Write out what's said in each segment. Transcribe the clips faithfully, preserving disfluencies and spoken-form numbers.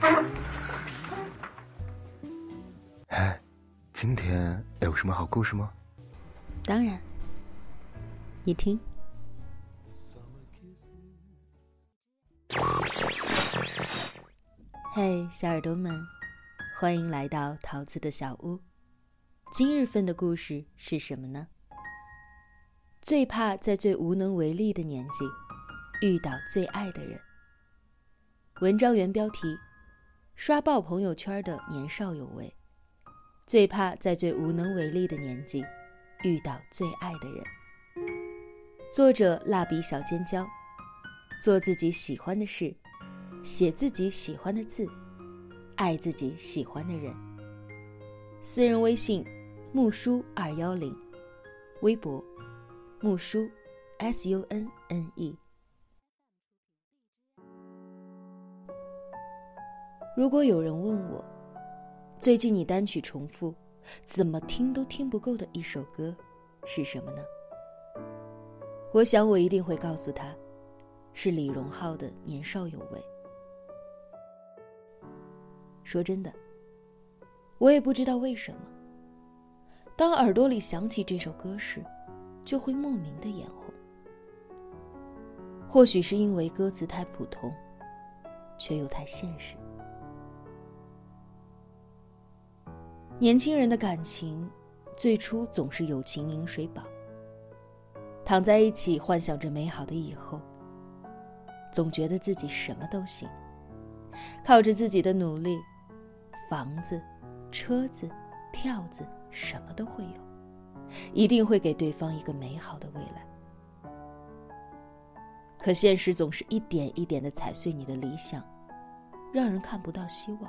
哎，今天有什么好故事吗？ 当然，你听。嘿，小耳朵们，欢迎来到桃子的小屋。今日份的故事是什么呢？最怕在最无能为力的年纪遇到最爱的人。文章原标题：刷爆朋友圈的年少有为，最怕在最无能为力的年纪遇到最爱的人。作者蜡笔小尖椒。做自己喜欢的事，写自己喜欢的字，爱自己喜欢的人。私人微信木叔二一零，微博木叔 S U N N E。 如果有人问我，最近你单曲重复怎么听都听不够的一首歌是什么呢？我想我一定会告诉他，是李荣浩的《年少有为》。说真的，我也不知道为什么，当耳朵里响起这首歌时，就会莫名的眼红。或许是因为歌词太普通，却又太现实。年轻人的感情，最初总是友情饮水饱，躺在一起幻想着美好的以后，总觉得自己什么都行，靠着自己的努力，房子、车子、票子什么都会有，一定会给对方一个美好的未来。可现实总是一点一点地踩碎你的理想，让人看不到希望。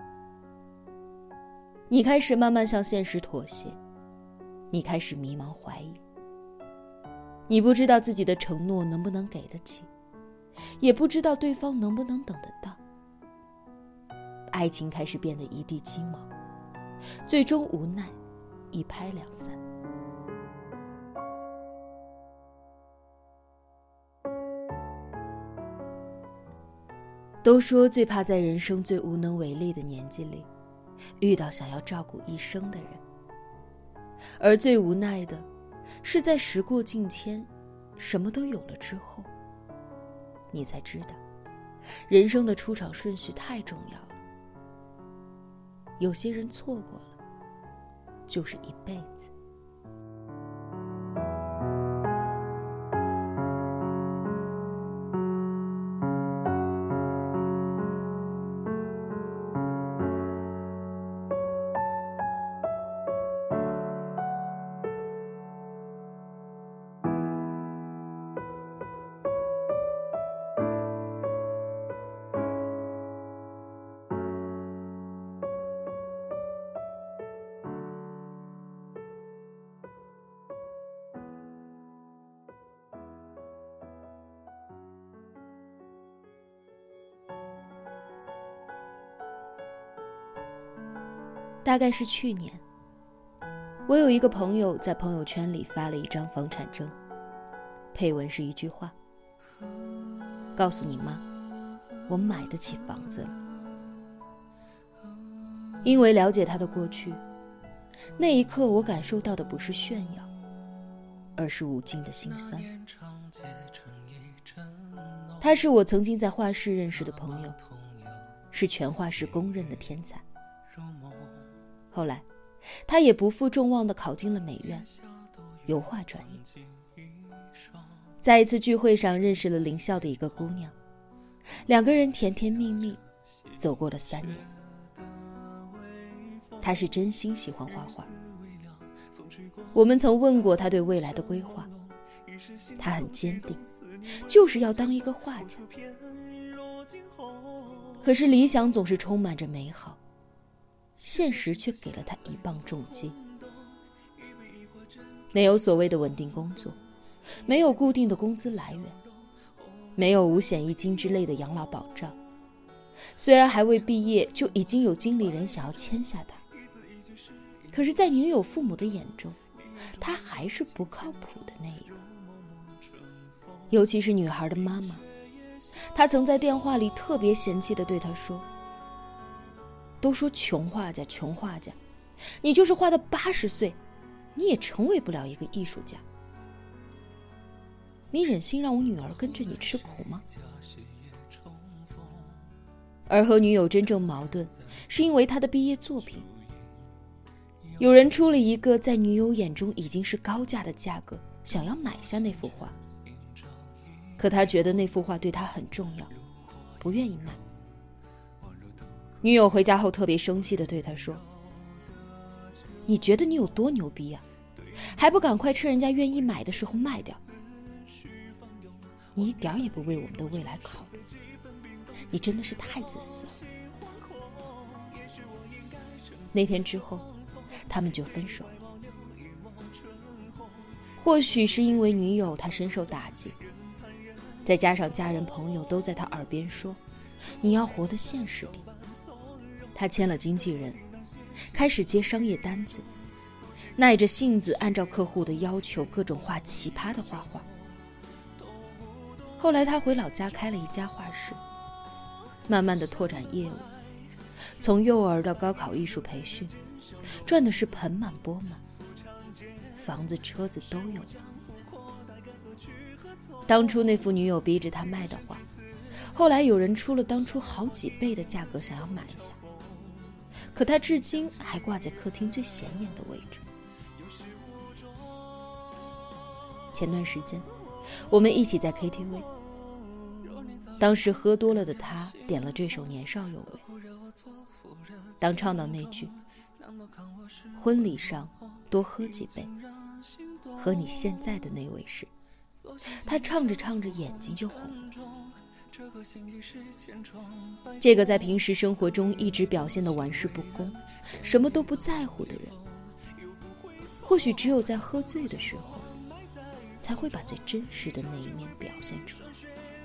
你开始慢慢向现实妥协，你开始迷茫怀疑，你不知道自己的承诺能不能给得起，也不知道对方能不能等得到。爱情开始变得一地鸡毛，最终无奈一拍两散。都说最怕在人生最无能为力的年纪里遇到想要照顾一生的人，而最无奈的是在时过境迁，什么都有了之后，你才知道人生的出场顺序太重要了。有些人错过了，就是一辈子。大概是去年，我有一个朋友在朋友圈里发了一张房产证，配文是一句话：告诉你妈，我买得起房子了。因为了解他的过去，那一刻我感受到的不是炫耀，而是无尽的心酸。他是我曾经在画室认识的朋友，是全画室公认的天才。后来他也不负众望地考进了美院油画专业。在一次聚会上认识了邻校的一个姑娘，两个人甜甜蜜蜜走过了三年。他是真心喜欢画画，我们曾问过他对未来的规划，他很坚定，就是要当一个画家。可是理想总是充满着美好，现实却给了他一棒重击。没有所谓的稳定工作，没有固定的工资来源，没有五险一金之类的养老保障。虽然还未毕业，就已经有经理人想要签下他，可是在女友父母的眼中，他还是不靠谱的那一个。尤其是女孩的妈妈，她曾在电话里特别嫌弃地对他说： 都说穷画家穷画家，你就是画到八十岁，你也成为不了一个艺术家。你忍心让我女儿跟着你吃苦吗？而和女友真正矛盾，是因为他的毕业作品。有人出了一个在女友眼中已经是高价的价格，想要买下那幅画，可他觉得那幅画对他很重要，不愿意卖。女友回家后特别生气地对他说：你觉得你有多牛逼啊？还不赶快趁人家愿意买的时候卖掉？你一点也不为我们的未来考虑，你真的是太自私了。那天之后，他们就分手了。或许是因为女友她深受打击，再加上家人朋友都在她耳边说你要活得现实点，她签了经纪人，开始接商业单子，耐着性子按照客户的要求各种画奇葩的画画。后来他回老家开了一家画室，慢慢的拓展业务，从幼儿到高考艺术培训，赚的是盆满钵满，房子车子都有了。当初那幅女友逼着他卖的画，后来有人出了当初好几倍的价格想要买下，可他至今还挂在客厅最显眼的位置。前段时间我们一起在 K T V， 当时喝多了的他点了这首《年少有为》，当唱到那句婚礼上多喝几杯，和你现在的那位时，他唱着唱着眼睛就红了。这个在平时生活中一直表现得玩世不恭，什么都不在乎的人，或许只有在喝醉的时候才会把最真实的那一面表现出来。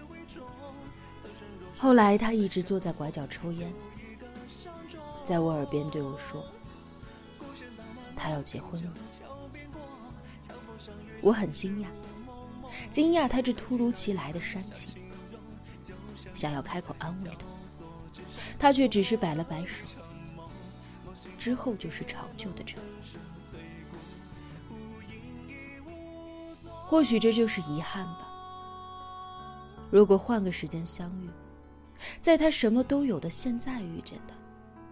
后来他一直坐在拐角抽烟，在我耳边对我说他要结婚了。我很惊讶，惊讶他这突如其来的煽情，想要开口安慰他，他却只是摆了摆手，之后就是长久的沉默。或许这就是遗憾吧。如果换个时间相遇，在他什么都有的现在遇见他，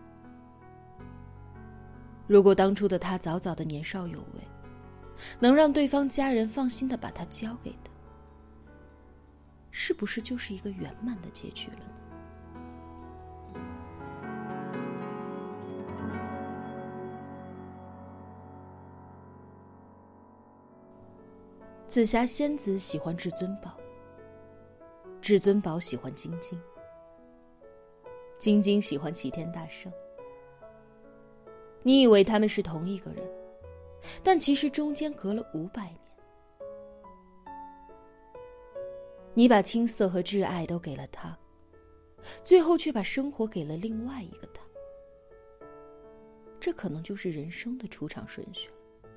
如果当初的他早早的年少有为，能让对方家人放心的把他交给他，是不是就是一个圆满的结局了呢？紫霞仙子喜欢至尊宝，至尊宝喜欢晶晶，晶晶喜欢齐天大圣。你以为他们是同一个人，但其实中间隔了五百年。你把青涩和挚爱都给了他，最后却把生活给了另外一个他。这可能就是人生的出场顺序了。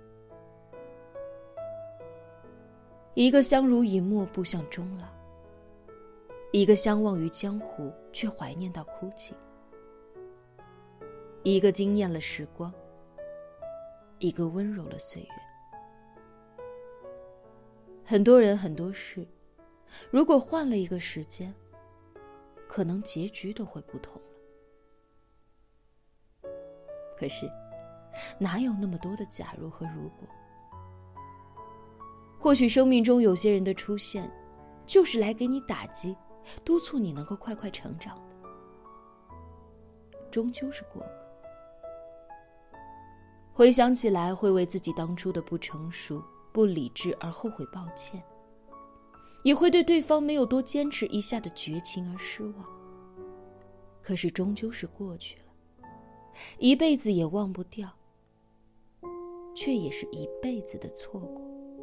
一个相濡以沫步向终老，一个相忘于江湖却怀念到哭泣，一个惊艳了时光，一个温柔了岁月。很多人很多事，如果换了一个时间，可能结局都会不同了。可是哪有那么多的假如和如果？或许生命中有些人的出现，就是来给你打击，督促你能够快快成长的，终究是过客。回想起来，会为自己当初的不成熟、不理智而后悔抱歉，也会对对方没有多坚持一下的绝情而失望。可是终究是过去了，一辈子也忘不掉，却也是一辈子的错过。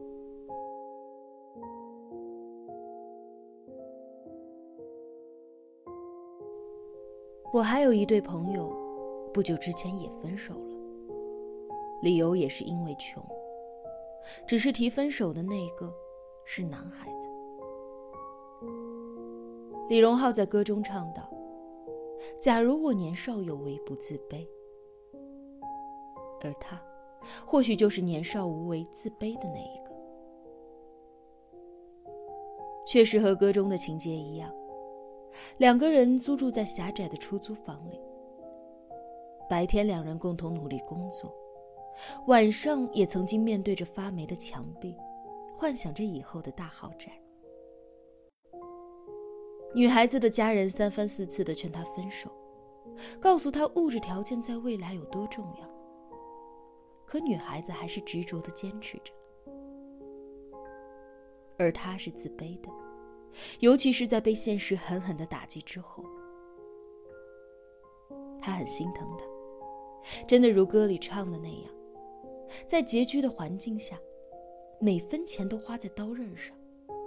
我还有一对朋友，不久之前也分手了，理由也是因为穷，只是提分手的那个是男孩子。李荣浩在歌中唱道： 假如我年少有为不自卑，而他或许就是年少无为自卑的那一个。确实和歌中的情节一样，两个人租住在狭窄的出租房里，白天两人共同努力工作，晚上也曾经面对着发霉的墙壁，幻想着以后的大豪宅。女孩子的家人三番四次地劝她分手，告诉她物质条件在未来有多重要，可女孩子还是执着地坚持着。而她是自卑的，尤其是在被现实狠狠地打击之后。她很心疼他，真的如歌里唱的那样，在拮据的环境下，每分钱都花在刀刃上，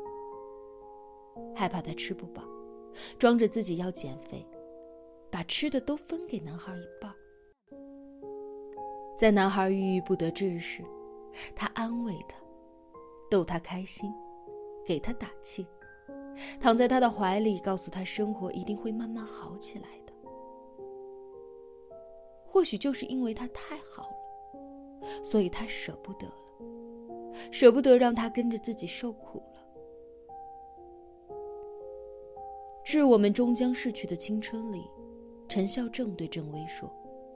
害怕他吃不饱，装着自己要减肥，把吃的都分给男孩一半。在男孩郁郁不得志时，他安慰他，逗他开心，给他打气，躺在他的怀里，告诉他生活一定会慢慢好起来的。或许就是因为他太好了，所以他舍不得了，舍不得让他跟着自己受苦了。致我们终将逝去的青春里，陈孝正对郑薇说，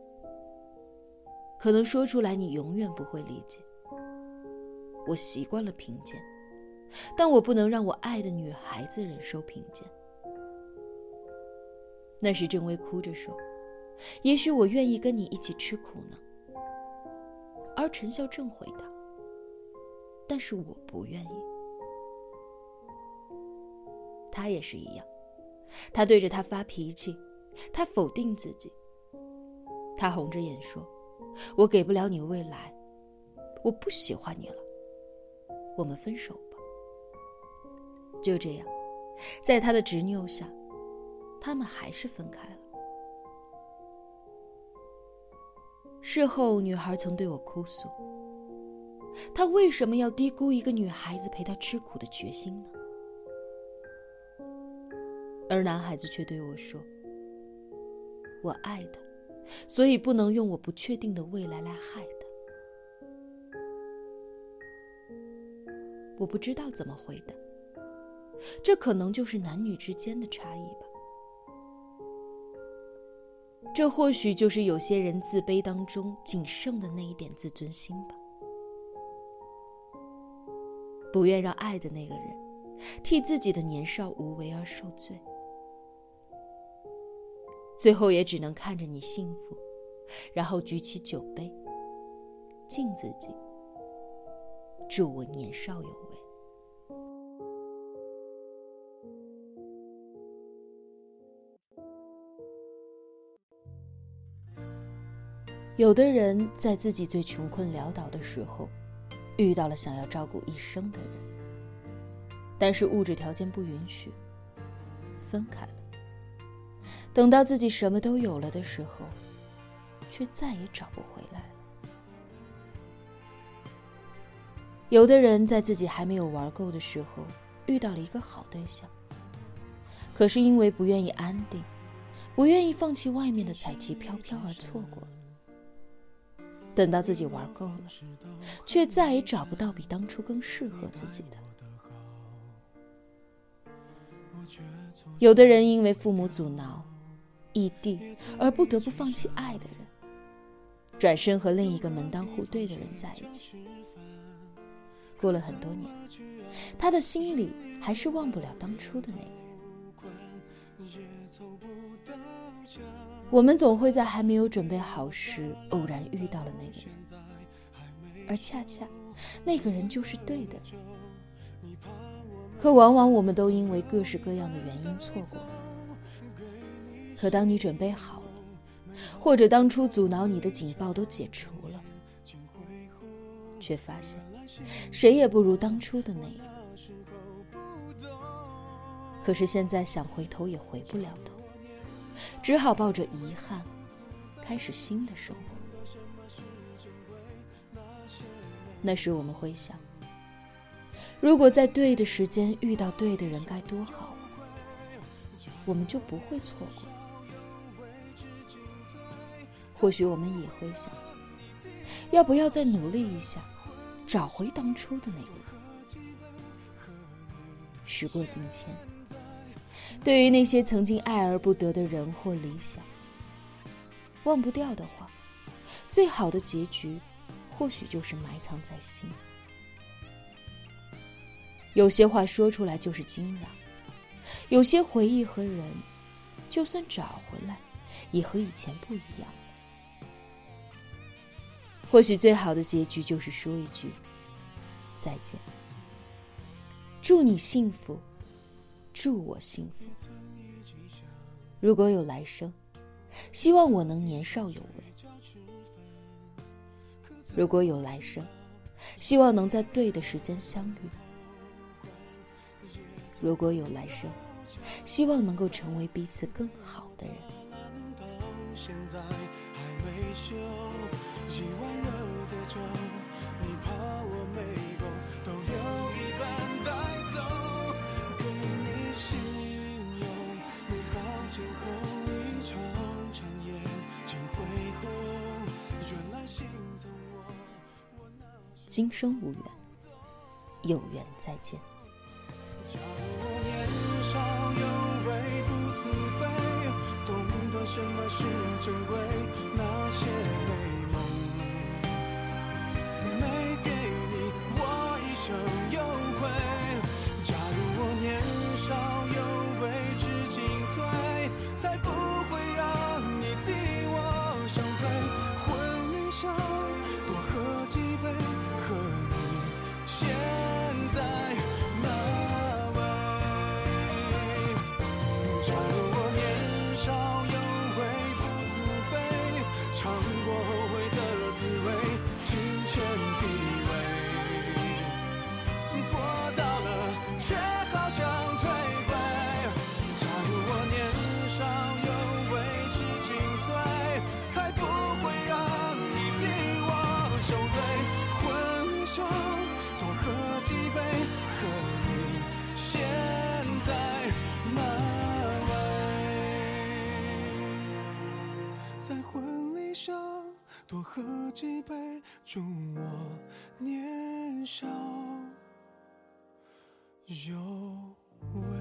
可能说出来你永远不会理解，我习惯了贫贱，但我不能让我爱的女孩子忍受贫贱。那时郑薇哭着说，也许我愿意跟你一起吃苦呢。而陈孝正回答，但是我不愿意。他也是一样，他对着他发脾气，他否定自己，他红着眼说，我给不了你未来，我不喜欢你了，我们分手吧。就这样，在他的执拗下，他们还是分开了。事后女孩曾对我哭诉，他为什么要低估一个女孩子陪他吃苦的决心呢？而男孩子却对我说，我爱他，所以不能用我不确定的未来来害他。我不知道怎么回答，这可能就是男女之间的差异吧。这或许就是有些人自卑当中仅剩的那一点自尊心吧。不愿让爱的那个人替自己的年少无为而受罪，最后也只能看着你幸福，然后举起酒杯敬自己，祝我年少有为。有的人在自己最穷困潦倒的时候，遇到了想要照顾一生的人，但是物质条件不允许，分开了。等到自己什么都有了的时候，却再也找不回来了。有的人在自己还没有玩够的时候，遇到了一个好对象，可是因为不愿意安定，不愿意放弃外面的彩旗飘飘而错过了。等到自己玩够了，却再也找不到比当初更适合自己的。有的人因为父母阻挠、异地而不得不放弃爱的人，转身和另一个门当户对的人在一起。过了很多年，他的心里还是忘不了当初的那个人。我们总会在还没有准备好时偶然遇到了那个人，而恰恰那个人就是对的人。可往往我们都因为各式各样的原因错过了。可当你准备好了，或者当初阻挠你的警报都解除了，却发现谁也不如当初的那一个。可是现在想回头也回不了头，只好抱着遗憾开始新的生活。那时我们会想，如果在对的时间遇到对的人该多好啊，我们就不会错过。 或许我们也会想，要不要再努力一下，找回当初的那个人。时过境迁，对于那些曾经爱而不得的人或理想，忘不掉的话，最好的结局或许就是埋藏在心。有些话说出来就是惊扰，有些回忆和人，就算找回来，也和以前不一样了。或许最好的结局就是说一句再见，祝你幸福，祝我幸福。如果有来生，希望我能年少有为；如果有来生，希望能在对的时间相遇；如果有来生，希望能够成为彼此更好的人。 现在还没休，一碗热的粥，你怕我没够，都留一半带走，给你形容美好前后，你常常眼睛会红，原来心疼我，我那今生无缘，有缘再见。 假如我年少有为不自卑，懂得什么是珍贵，那些美梦没给你，我一生有愧。假如我年少有为知进退，才不会让你替我伤罪。婚礼上多喝几杯，和你现在那位。假如我年少有为不自卑，尝过后悔的滋味，金钱地位博到了，却好像退回。假如我年少有为知进退，才不会让你替我受罪。婚礼上多喝几杯，和你现在那在婚礼上多喝几杯，祝我年少有为。